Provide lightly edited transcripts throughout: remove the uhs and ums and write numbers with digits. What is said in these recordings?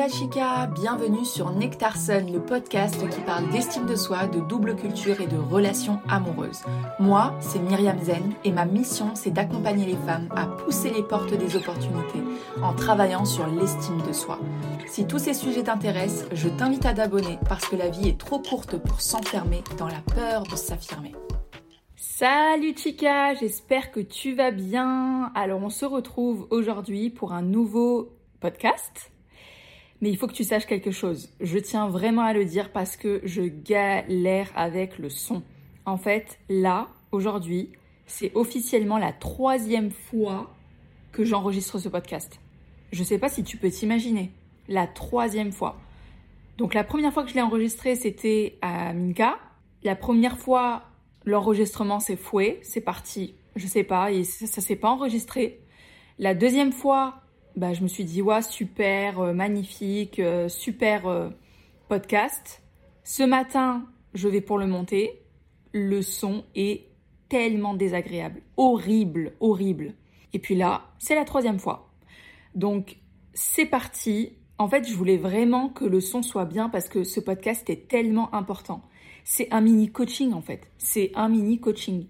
la chica, bienvenue sur Nectar Sun, le podcast qui parle d'estime de soi, de double culture et de relations amoureuses. Moi, c'est Myriam Zen et ma mission, c'est d'accompagner les femmes à pousser les portes des opportunités en travaillant sur l'estime de soi. Si tous ces sujets t'intéressent, je t'invite à t'abonner parce que la vie est trop courte pour s'enfermer dans la peur de s'affirmer. Salut chica, j'espère que tu vas bien. Alors on se retrouve aujourd'hui pour un nouveau podcast. Mais il faut que tu saches quelque chose. Je tiens vraiment à le dire parce que je galère avec le son. En fait, là, aujourd'hui, c'est officiellement la 3e fois que j'enregistre ce podcast. Je ne sais pas si tu peux t'imaginer. La 3e fois. Donc la première fois que je l'ai enregistré, c'était à Minka. La première fois, l'enregistrement s'est foué. C'est parti. Je sais pas, et ça s'est pas enregistré. La deuxième fois, je me suis dit, ouais, super, magnifique, super podcast. Ce matin, je vais pour le monter. Le son est tellement désagréable. Horrible, horrible. Et puis là, c'est la 3e fois. Donc, c'est parti. En fait, je voulais vraiment que le son soit bien parce que ce podcast est tellement important. C'est un mini coaching, en fait. C'est un mini coaching.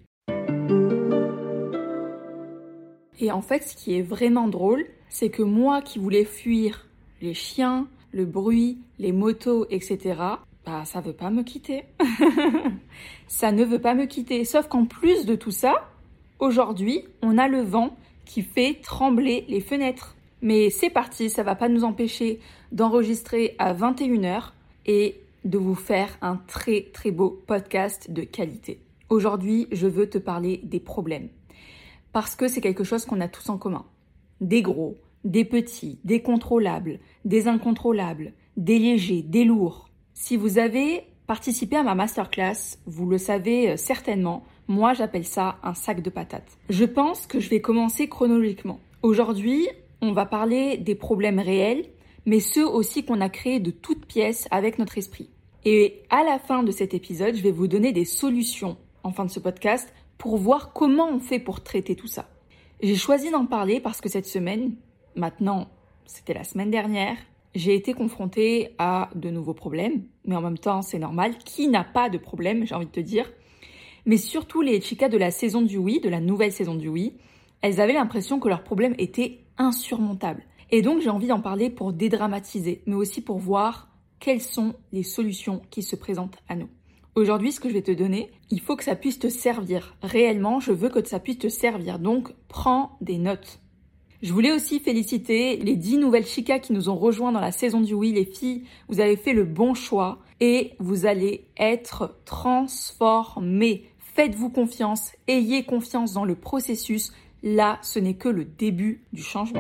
Et en fait, ce qui est vraiment drôle, c'est que moi qui voulais fuir les chiens, le bruit, les motos, etc., ça veut pas me quitter. Ça ne veut pas me quitter. Sauf qu'en plus de tout ça, aujourd'hui, on a le vent qui fait trembler les fenêtres. Mais c'est parti, ça va pas nous empêcher d'enregistrer à 21h et de vous faire un très très beau podcast de qualité. Aujourd'hui, je veux te parler des problèmes. Parce que c'est quelque chose qu'on a tous en commun. Des gros, des petits, des contrôlables, des incontrôlables, des légers, des lourds. Si vous avez participé à ma masterclass, vous le savez certainement, moi j'appelle ça un sac de patates. Je pense que je vais commencer chronologiquement. Aujourd'hui, on va parler des problèmes réels, mais ceux aussi qu'on a créés de toutes pièces avec notre esprit. Et à la fin de cet épisode, je vais vous donner des solutions en fin de ce podcast pour voir comment on fait pour traiter tout ça. J'ai choisi d'en parler parce que cette semaine, maintenant, c'était la semaine dernière, j'ai été confrontée à de nouveaux problèmes, mais en même temps, c'est normal. Qui n'a pas de problème, j'ai envie de te dire. Mais surtout les chicas de la saison du oui, de la nouvelle saison du oui, elles avaient l'impression que leurs problèmes étaient insurmontables. Et donc, j'ai envie d'en parler pour dédramatiser, mais aussi pour voir quelles sont les solutions qui se présentent à nous. Aujourd'hui, ce que je vais te donner, il faut que ça puisse te servir. Réellement, je veux que ça puisse te servir. Donc, prends des notes. Je voulais aussi féliciter les 10 nouvelles chicas qui nous ont rejoints dans la saison du oui. Les filles, vous avez fait le bon choix et vous allez être transformées. Faites-vous confiance, ayez confiance dans le processus. Là, ce n'est que le début du changement.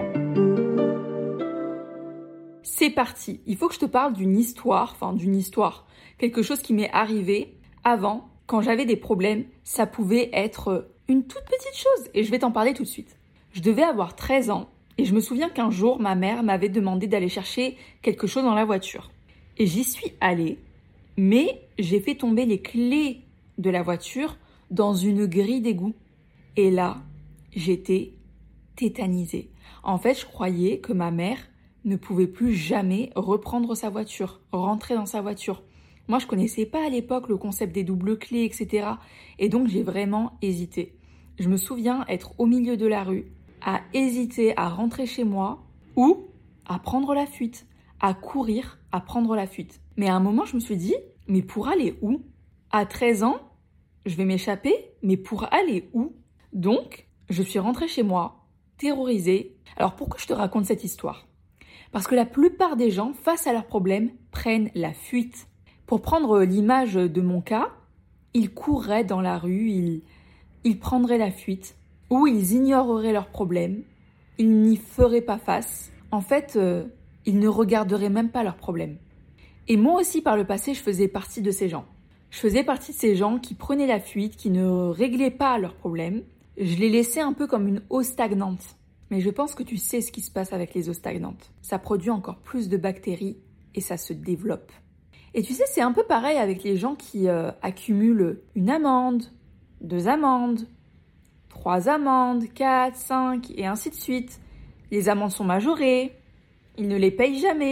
C'est parti. Il faut que je te parle d'une histoire. Quelque chose qui m'est arrivé avant, quand j'avais des problèmes, ça pouvait être une toute petite chose et je vais t'en parler tout de suite. Je devais avoir 13 ans et je me souviens qu'un jour, ma mère m'avait demandé d'aller chercher quelque chose dans la voiture. Et j'y suis allée, mais j'ai fait tomber les clés de la voiture dans une grille d'égout. Et là, j'étais tétanisée. En fait, je croyais que ma mère ne pouvait plus jamais reprendre sa voiture, rentrer dans sa voiture. Moi, je connaissais pas à l'époque le concept des doubles clés, etc. Et donc, j'ai vraiment hésité. Je me souviens être au milieu de la rue, à hésiter à rentrer chez moi ou à prendre la fuite, à courir, à prendre la fuite. Mais à un moment, je me suis dit, mais pour aller où ? À 13 ans, je vais m'échapper, mais pour aller où ? Donc, je suis rentrée chez moi, terrorisée. Alors, pourquoi je te raconte cette histoire ? Parce que la plupart des gens, face à leurs problèmes, prennent la fuite. Pour prendre l'image de mon cas, ils courraient dans la rue, ils prendraient la fuite, ou ils ignoreraient leurs problèmes, ils n'y feraient pas face. En fait, ils ne regarderaient même pas leurs problèmes. Et moi aussi, par le passé, je faisais partie de ces gens. Je faisais partie de ces gens qui prenaient la fuite, qui ne réglaient pas leurs problèmes. Je les laissais un peu comme une eau stagnante. Mais je pense que tu sais ce qui se passe avec les eaux stagnantes. Ça produit encore plus de bactéries et ça se développe. Et tu sais, c'est un peu pareil avec les gens qui accumulent une amende, 2 amendes, 3 amendes, 4, 5 et ainsi de suite. Les amendes sont majorées, ils ne les payent jamais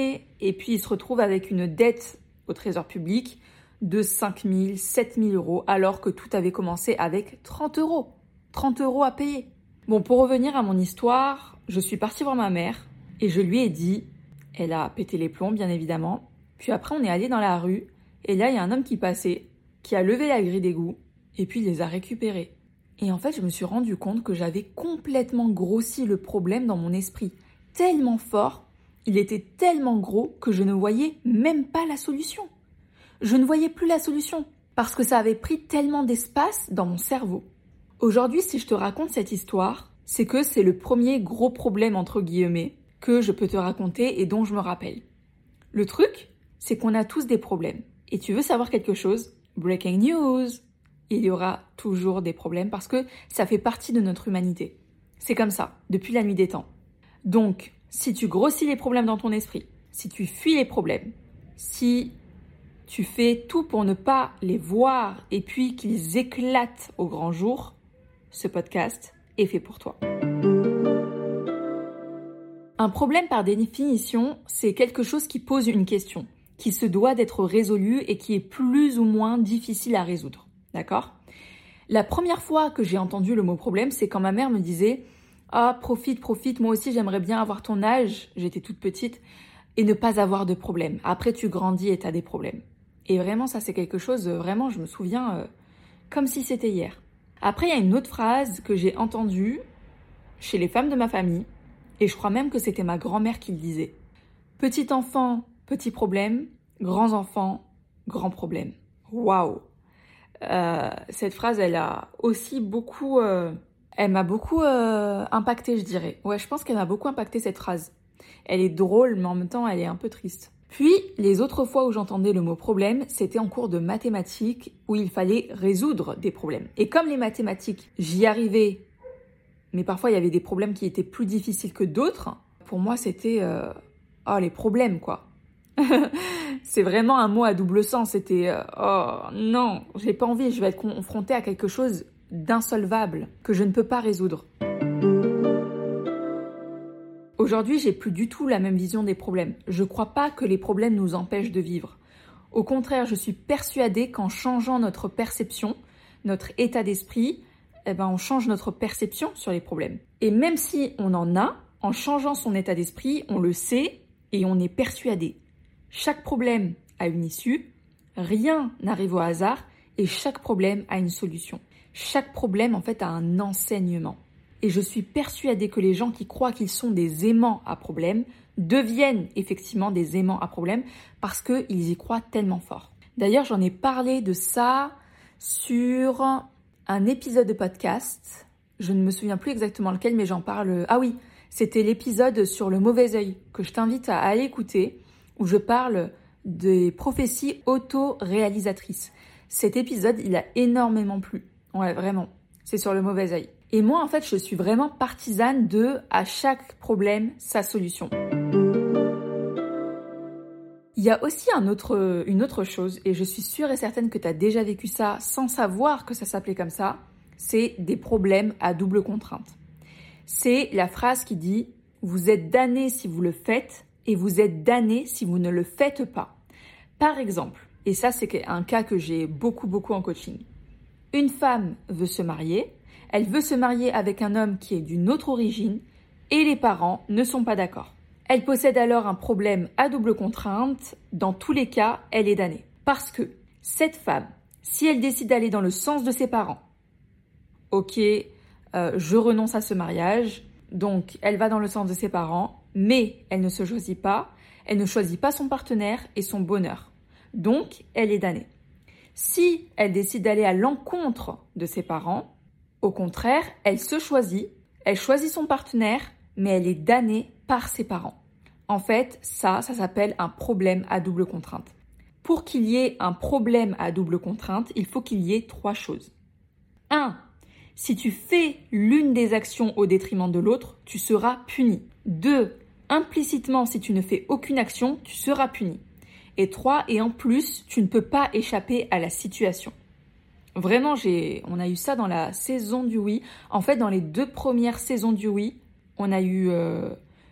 et puis il se retrouve avec une dette au trésor public de 5 000, 7 000 euros, alors que tout avait commencé avec 30 euros. 30 euros à payer. Bon, pour revenir à mon histoire, je suis partie voir ma mère et je lui ai dit, elle a pété les plombs bien évidemment, puis après on est allé dans la rue et là il y a un homme qui passait, qui a levé la grille d'égout et puis il les a récupérés. Et en fait je me suis rendu compte que j'avais complètement grossi le problème dans mon esprit, tellement fort, il était tellement gros que je ne voyais même pas la solution. Je ne voyais plus la solution parce que ça avait pris tellement d'espace dans mon cerveau. Aujourd'hui, si je te raconte cette histoire, c'est que c'est le premier gros problème entre guillemets que je peux te raconter et dont je me rappelle. Le truc, c'est qu'on a tous des problèmes. Et tu veux savoir quelque chose? Breaking news! Il y aura toujours des problèmes parce que ça fait partie de notre humanité. C'est comme ça, depuis la nuit des temps. Donc, si tu grossis les problèmes dans ton esprit, si tu fuis les problèmes, si tu fais tout pour ne pas les voir et puis qu'ils éclatent au grand jour, ce podcast est fait pour toi. Un problème par définition, c'est quelque chose qui pose une question, qui se doit d'être résolu et qui est plus ou moins difficile à résoudre. D'accord ? La première fois que j'ai entendu le mot problème, c'est quand ma mère me disait « Ah, profite, moi aussi j'aimerais bien avoir ton âge, j'étais toute petite, et ne pas avoir de problème. Après tu grandis et t'as des problèmes. » Et vraiment, ça c'est quelque chose, vraiment, je me souviens comme si c'était hier. Après, il y a une autre phrase que j'ai entendue chez les femmes de ma famille, et je crois même que c'était ma grand-mère qui le disait. Petit enfant, petit problème, grands enfants, grand problème. Waouh! Cette phrase, elle a aussi beaucoup... elle m'a beaucoup impactée, je dirais. Ouais, je pense qu'elle m'a beaucoup impactée, cette phrase. Elle est drôle, mais en même temps, elle est un peu triste. Puis, les autres fois où j'entendais le mot problème, c'était en cours de mathématiques où il fallait résoudre des problèmes. Et comme les mathématiques, j'y arrivais, mais parfois il y avait des problèmes qui étaient plus difficiles que d'autres, pour moi c'était les problèmes quoi. C'est vraiment un mot à double sens, c'était oh non, j'ai pas envie, je vais être confrontée à quelque chose d'insolvable que je ne peux pas résoudre. Aujourd'hui, j'ai plus du tout la même vision des problèmes. Je crois pas que les problèmes nous empêchent de vivre. Au contraire, je suis persuadée qu'en changeant notre perception, notre état d'esprit, on change notre perception sur les problèmes. Et même si on en a, en changeant son état d'esprit, on le sait et on est persuadé. Chaque problème a une issue, rien n'arrive au hasard et chaque problème a une solution. Chaque problème, en fait, a un enseignement. Et je suis persuadée que les gens qui croient qu'ils sont des aimants à problème deviennent effectivement des aimants à problème parce qu'ils y croient tellement fort. D'ailleurs, j'en ai parlé de ça sur un épisode de podcast. Je ne me souviens plus exactement lequel, mais j'en parle... Ah oui, c'était l'épisode sur le mauvais œil que je t'invite à aller écouter où je parle des prophéties auto-réalisatrices. Cet épisode, il a énormément plu. Ouais, vraiment. C'est sur le mauvais œil. Et moi, en fait, je suis vraiment partisane de « à chaque problème, sa solution ». Il y a aussi une autre chose, et je suis sûre et certaine que tu as déjà vécu ça sans savoir que ça s'appelait comme ça, c'est des problèmes à double contrainte. C'est la phrase qui dit « Vous êtes damné si vous le faites et vous êtes damné si vous ne le faites pas ». Par exemple, et ça c'est un cas que j'ai beaucoup en coaching, une femme veut se marier, elle veut se marier avec un homme qui est d'une autre origine et les parents ne sont pas d'accord. Elle possède alors un problème à double contrainte. Dans tous les cas, elle est damnée. Parce que cette femme, si elle décide d'aller dans le sens de ses parents, ok, je renonce à ce mariage, donc elle va dans le sens de ses parents, mais elle ne se choisit pas, elle ne choisit pas son partenaire et son bonheur. Donc, elle est damnée. Si elle décide d'aller à l'encontre de ses parents, au contraire, elle se choisit, elle choisit son partenaire, mais elle est damnée par ses parents. En fait, ça s'appelle un problème à double contrainte. Pour qu'il y ait un problème à double contrainte, il faut qu'il y ait 3 choses. 1. Si tu fais l'une des actions au détriment de l'autre, tu seras puni. 2. Implicitement, si tu ne fais aucune action, tu seras puni. Et 3. Et en plus, tu ne peux pas échapper à la situation. Vraiment, on a eu ça dans la saison du oui. En fait, dans les 2 premières saisons du oui, on a eu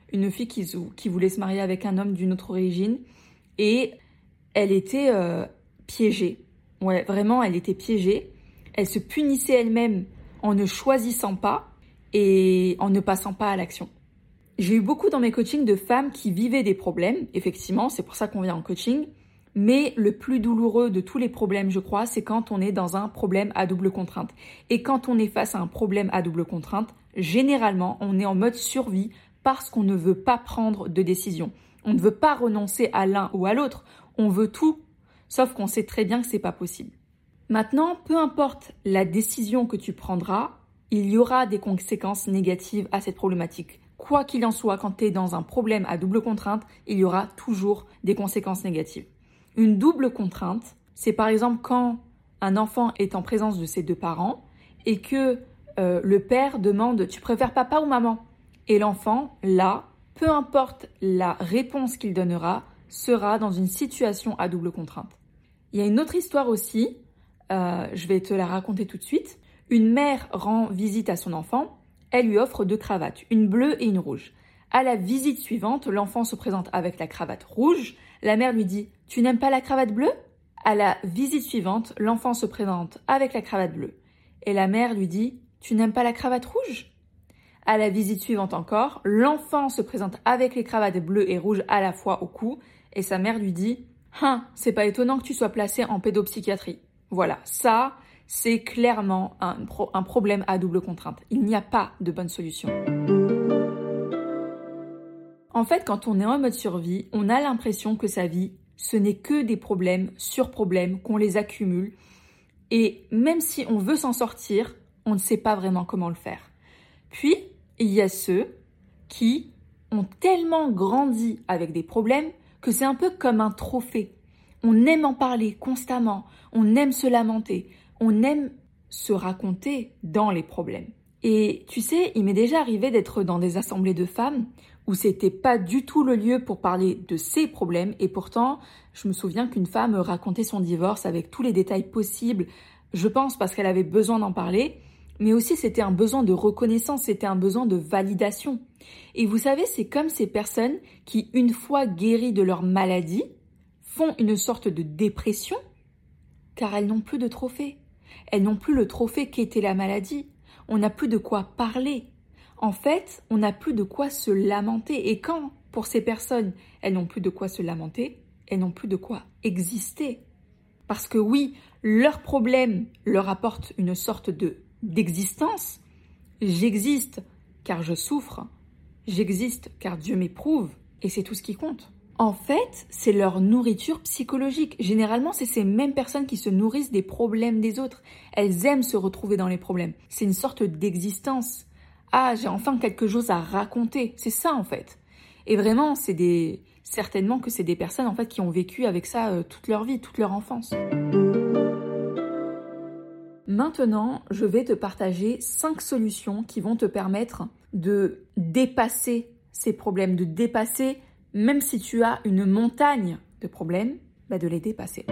une fille qui voulait se marier avec un homme d'une autre origine et elle était piégée. Ouais, vraiment, elle était piégée. Elle se punissait elle-même en ne choisissant pas et en ne passant pas à l'action. J'ai eu beaucoup dans mes coachings de femmes qui vivaient des problèmes, effectivement, c'est pour ça qu'on vient en coaching, mais le plus douloureux de tous les problèmes, je crois, c'est quand on est dans un problème à double contrainte. Et quand on est face à un problème à double contrainte, généralement, on est en mode survie parce qu'on ne veut pas prendre de décision. On ne veut pas renoncer à l'un ou à l'autre, on veut tout, sauf qu'on sait très bien que c'est pas possible. Maintenant, peu importe la décision que tu prendras, il y aura des conséquences négatives à cette problématique. Quoi qu'il en soit, quand tu es dans un problème à double contrainte, il y aura toujours des conséquences négatives. Une double contrainte, c'est par exemple quand un enfant est en présence de ses deux parents et que le père demande « tu préfères papa ou maman ?» Et l'enfant, là, peu importe la réponse qu'il donnera, sera dans une situation à double contrainte. Il y a une autre histoire aussi, je vais te la raconter tout de suite. Une mère rend visite à son enfant. Elle lui offre 2 cravates, une bleue et une rouge. À la visite suivante, l'enfant se présente avec la cravate rouge. La mère lui dit « Tu n'aimes pas la cravate bleue ?» À la visite suivante, l'enfant se présente avec la cravate bleue. Et la mère lui dit « Tu n'aimes pas la cravate rouge ?» À la visite suivante encore, l'enfant se présente avec les cravates bleues et rouges à la fois au cou. Et sa mère lui dit « Hein, c'est pas étonnant que tu sois placé en pédopsychiatrie. » Voilà, ça, c'est clairement un problème à double contrainte. Il n'y a pas de bonne solution. En fait, quand on est en mode survie, on a l'impression que sa vie, ce n'est que des problèmes sur problèmes, qu'on les accumule. Et même si on veut s'en sortir, on ne sait pas vraiment comment le faire. Puis, il y a ceux qui ont tellement grandi avec des problèmes que c'est un peu comme un trophée. On aime en parler constamment, on aime se lamenter, on aime se raconter dans les problèmes. Et tu sais, il m'est déjà arrivé d'être dans des assemblées de femmes où c'était pas du tout le lieu pour parler de ses problèmes et pourtant, je me souviens qu'une femme racontait son divorce avec tous les détails possibles, je pense parce qu'elle avait besoin d'en parler, mais aussi c'était un besoin de reconnaissance, c'était un besoin de validation. Et vous savez, c'est comme ces personnes qui, une fois guéries de leur maladie, font une sorte de dépression car elles n'ont plus de trophée. Elles n'ont plus le trophée qu'était la maladie. On n'a plus de quoi parler. En fait, on n'a plus de quoi se lamenter. Et quand, pour ces personnes, elles n'ont plus de quoi se lamenter, elles n'ont plus de quoi exister. Parce que oui, leur problème leur apporte une sorte d'existence. J'existe car je souffre. J'existe car Dieu m'éprouve. Et c'est tout ce qui compte. En fait, c'est leur nourriture psychologique. Généralement, c'est ces mêmes personnes qui se nourrissent des problèmes des autres. Elles aiment se retrouver dans les problèmes. C'est une sorte d'existence. Ah, j'ai enfin quelque chose à raconter. C'est ça, en fait. Et vraiment, certainement que c'est des personnes, en fait, qui ont vécu avec ça toute leur vie, toute leur enfance. Maintenant, je vais te partager 5 solutions qui vont te permettre de dépasser ces problèmes, de dépasser, même si tu as une montagne de problèmes, de les dépasser.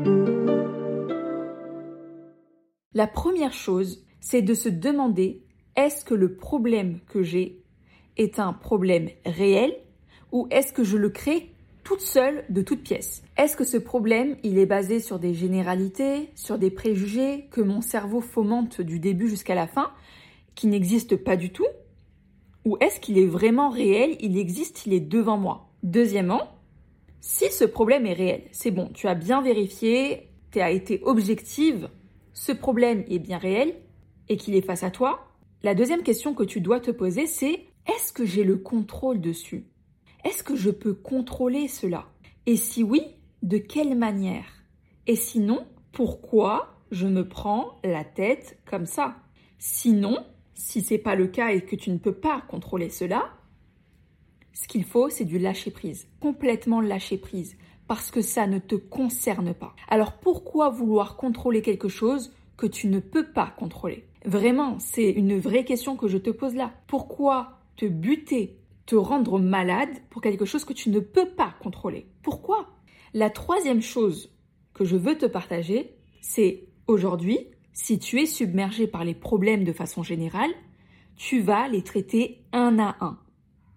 La première chose, c'est de se demander, est-ce que le problème que j'ai est un problème réel ou est-ce que je le crée toute seule de toutes pièces? Est-ce que ce problème, il est basé sur des généralités, sur des préjugés que mon cerveau fomente du début jusqu'à la fin, qui n'existent pas du tout? Ou est-ce qu'il est vraiment réel, il existe, il est devant moi? Deuxièmement, si ce problème est réel, c'est bon, tu as bien vérifié, tu as été objective, ce problème est bien réel et qu'il est face à toi, la deuxième question que tu dois te poser, c'est est-ce que j'ai le contrôle dessus? Est-ce que je peux contrôler cela? Et si oui, de quelle manière? Et sinon, pourquoi je me prends la tête comme ça? Sinon, si c'est pas le cas et que tu ne peux pas contrôler cela, ce qu'il faut, c'est du lâcher-prise. Complètement lâcher-prise. Parce que ça ne te concerne pas. Alors pourquoi vouloir contrôler quelque chose que tu ne peux pas contrôler? Vraiment, c'est une vraie question que je te pose là. Pourquoi te buter, te rendre malade pour quelque chose que tu ne peux pas contrôler? Pourquoi? La troisième chose que je veux te partager, c'est aujourd'hui, si tu es submergé par les problèmes de façon générale, tu vas les traiter un à un.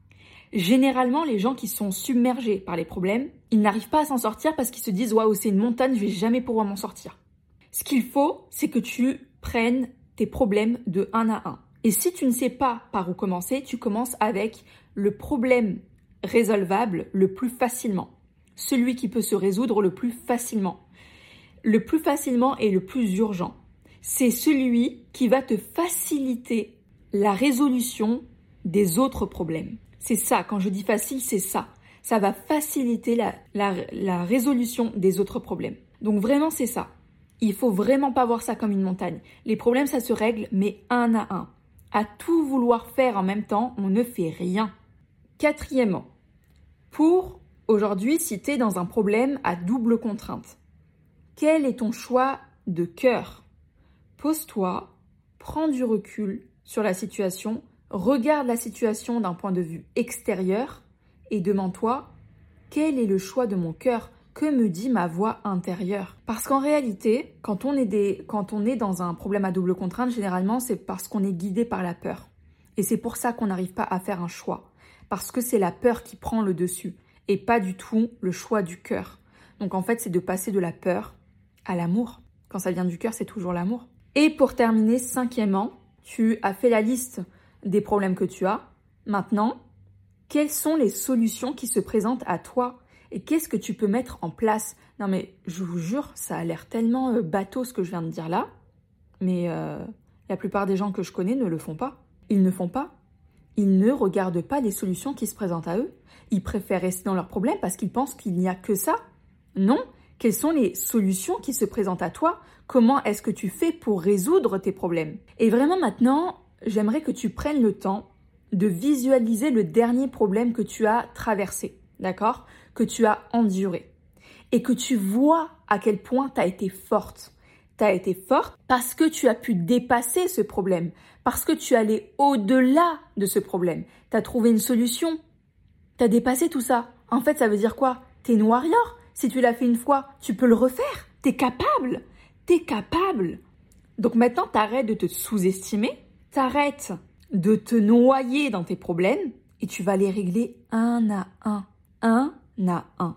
Généralement, les gens qui sont submergés par les problèmes, ils n'arrivent pas à s'en sortir parce qu'ils se disent « Waouh, c'est une montagne, je vais jamais pouvoir m'en sortir ». Ce qu'il faut, c'est que tu prennes tes problèmes de un à un. Et si tu ne sais pas par où commencer, tu commences avec le problème résolvable le plus facilement. Celui qui peut se résoudre le plus facilement. Le plus facilement et le plus urgent. C'est celui qui va te faciliter la résolution des autres problèmes. C'est ça, quand je dis facile, c'est ça. Ça va faciliter la résolution des autres problèmes. Donc vraiment, c'est ça. Il faut vraiment pas voir ça comme une montagne. Les problèmes, ça se règle, mais un à un. À tout vouloir faire en même temps, on ne fait rien. Quatrièmement, pour aujourd'hui, si tu es dans un problème à double contrainte, quel est ton choix de cœur ? Pose-toi, prends du recul sur la situation, regarde la situation d'un point de vue extérieur et demande-toi quel est le choix de mon cœur ? Que me dit ma voix intérieure ? Parce qu'en réalité, quand on est dans un problème à double contrainte, généralement, c'est parce qu'on est guidé par la peur. Et c'est pour ça qu'on n'arrive pas à faire un choix. Parce que c'est la peur qui prend le dessus et pas du tout le choix du cœur. Donc en fait, c'est de passer de la peur à l'amour. Quand ça vient du cœur, c'est toujours l'amour. Et pour terminer, cinquièmement, tu as fait la liste des problèmes que tu as. Maintenant, quelles sont les solutions qui se présentent à toi ? Et qu'est-ce que tu peux mettre en place ? Non mais je vous jure, ça a l'air tellement bateau ce que je viens de dire là. Mais la plupart des gens que je connais ne le font pas. Ils ne font pas. Ils ne regardent pas les solutions qui se présentent à eux. Ils préfèrent rester dans leurs problèmes parce qu'ils pensent qu'il n'y a que ça. Non, quelles sont les solutions qui se présentent à toi ? Comment est-ce que tu fais pour résoudre tes problèmes ? Et vraiment maintenant, j'aimerais que tu prennes le temps de visualiser le dernier problème que tu as traversé, d'accord ? Que tu as enduré. Et que tu vois à quel point tu as été forte. Tu as été forte parce que tu as pu dépasser ce problème, parce que tu es allé au-delà de ce problème. Tu as trouvé une solution, tu as dépassé tout ça. En fait, ça veut dire quoi ? Tu es une warrior. Si tu l'as fait une fois, tu peux le refaire. Tu es capable. Tu es capable. Donc maintenant, t'arrêtes de te sous-estimer, t'arrêtes de te noyer dans tes problèmes et tu vas les régler un à un. Un à un.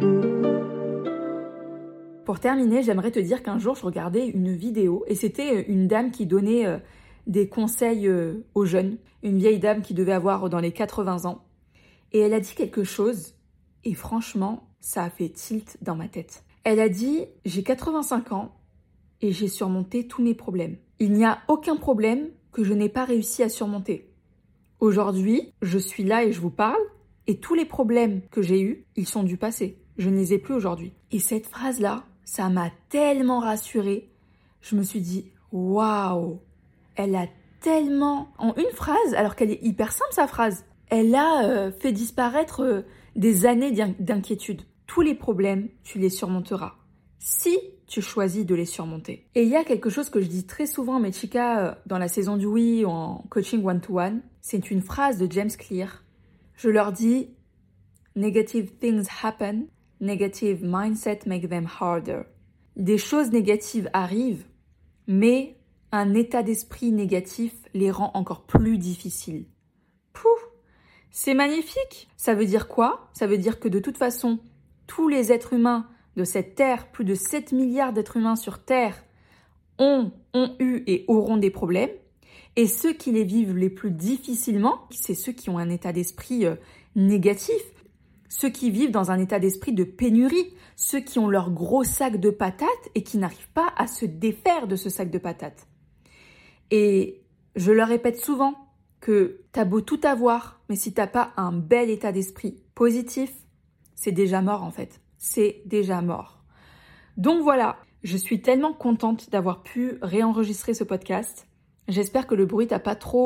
Pour terminer, j'aimerais te dire qu'un jour, je regardais une vidéo et c'était une dame qui donnait des conseils aux jeunes. Une vieille dame qui devait avoir dans les 80 ans. Et elle a dit quelque chose et franchement, ça a fait tilt dans ma tête. Elle a dit « J'ai 85 ans et j'ai surmonté tous mes problèmes. Il n'y a aucun problème que je n'ai pas réussi à surmonter. Aujourd'hui, je suis là et je vous parle et tous les problèmes que j'ai eus, ils sont du passé. Je ne les ai plus aujourd'hui. » Et cette phrase-là, ça m'a tellement rassurée. Je me suis dit « Waouh !» Elle a tellement... En une phrase, alors qu'elle est hyper simple sa phrase, elle a fait disparaître des années d'inquiétude. Tous les problèmes, tu les surmonteras. Si tu choisis de les surmonter. Et il y a quelque chose que je dis très souvent à mes chicas dans la saison du oui ou en coaching one-to-one. C'est une phrase de James Clear. Je leur dis « Negative things happen, negative mindset make them harder ». Des choses négatives arrivent, mais un état d'esprit négatif les rend encore plus difficiles. Pouf! C'est magnifique! Ça veut dire quoi? Ça veut dire que de toute façon, tous les êtres humains de cette Terre, plus de 7 milliards d'êtres humains sur Terre, ont eu et auront des problèmes. Et ceux qui les vivent les plus difficilement, c'est ceux qui ont un état d'esprit négatif, ceux qui vivent dans un état d'esprit de pénurie, ceux qui ont leur gros sac de patates et qui n'arrivent pas à se défaire de ce sac de patates. Et je leur répète souvent que t'as beau tout avoir, mais si t'as pas un bel état d'esprit positif, c'est déjà mort en fait. C'est déjà mort. Donc voilà, je suis tellement contente d'avoir pu réenregistrer ce podcast. J'espère que le bruit n'a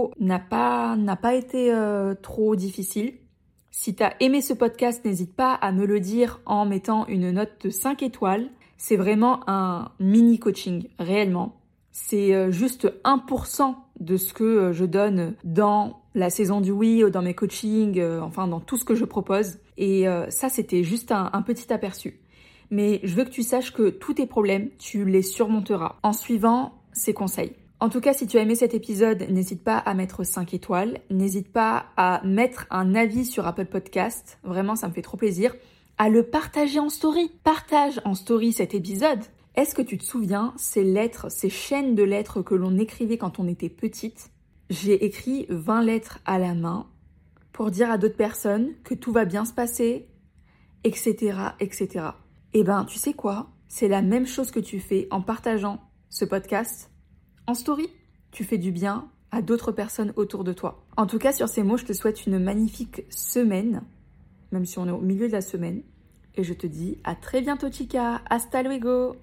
pas été trop difficile. Si t'as aimé ce podcast, n'hésite pas à me le dire en mettant une note de 5 étoiles. C'est vraiment un mini coaching, réellement. C'est juste 1% de ce que je donne dans la saison du oui, dans mes coachings, enfin dans tout ce que je propose. Et ça, c'était juste un petit aperçu. Mais je veux que tu saches que tous tes problèmes, tu les surmonteras en suivant ces conseils. En tout cas, si tu as aimé cet épisode, n'hésite pas à mettre 5 étoiles, n'hésite pas à mettre un avis sur Apple Podcast, vraiment ça me fait trop plaisir, à le partager en story. Partage en story cet épisode. Est-ce que tu te souviens ces lettres, ces chaînes de lettres que l'on écrivait quand on était petite? J'ai écrit 20 lettres à la main pour dire à d'autres personnes que tout va bien se passer, etc., etc. Eh ben, tu sais quoi? C'est la même chose que tu fais en partageant ce podcast en story. Tu fais du bien à d'autres personnes autour de toi. En tout cas, sur ces mots, je te souhaite une magnifique semaine, même si on est au milieu de la semaine. Et je te dis à très bientôt, chica. Hasta luego!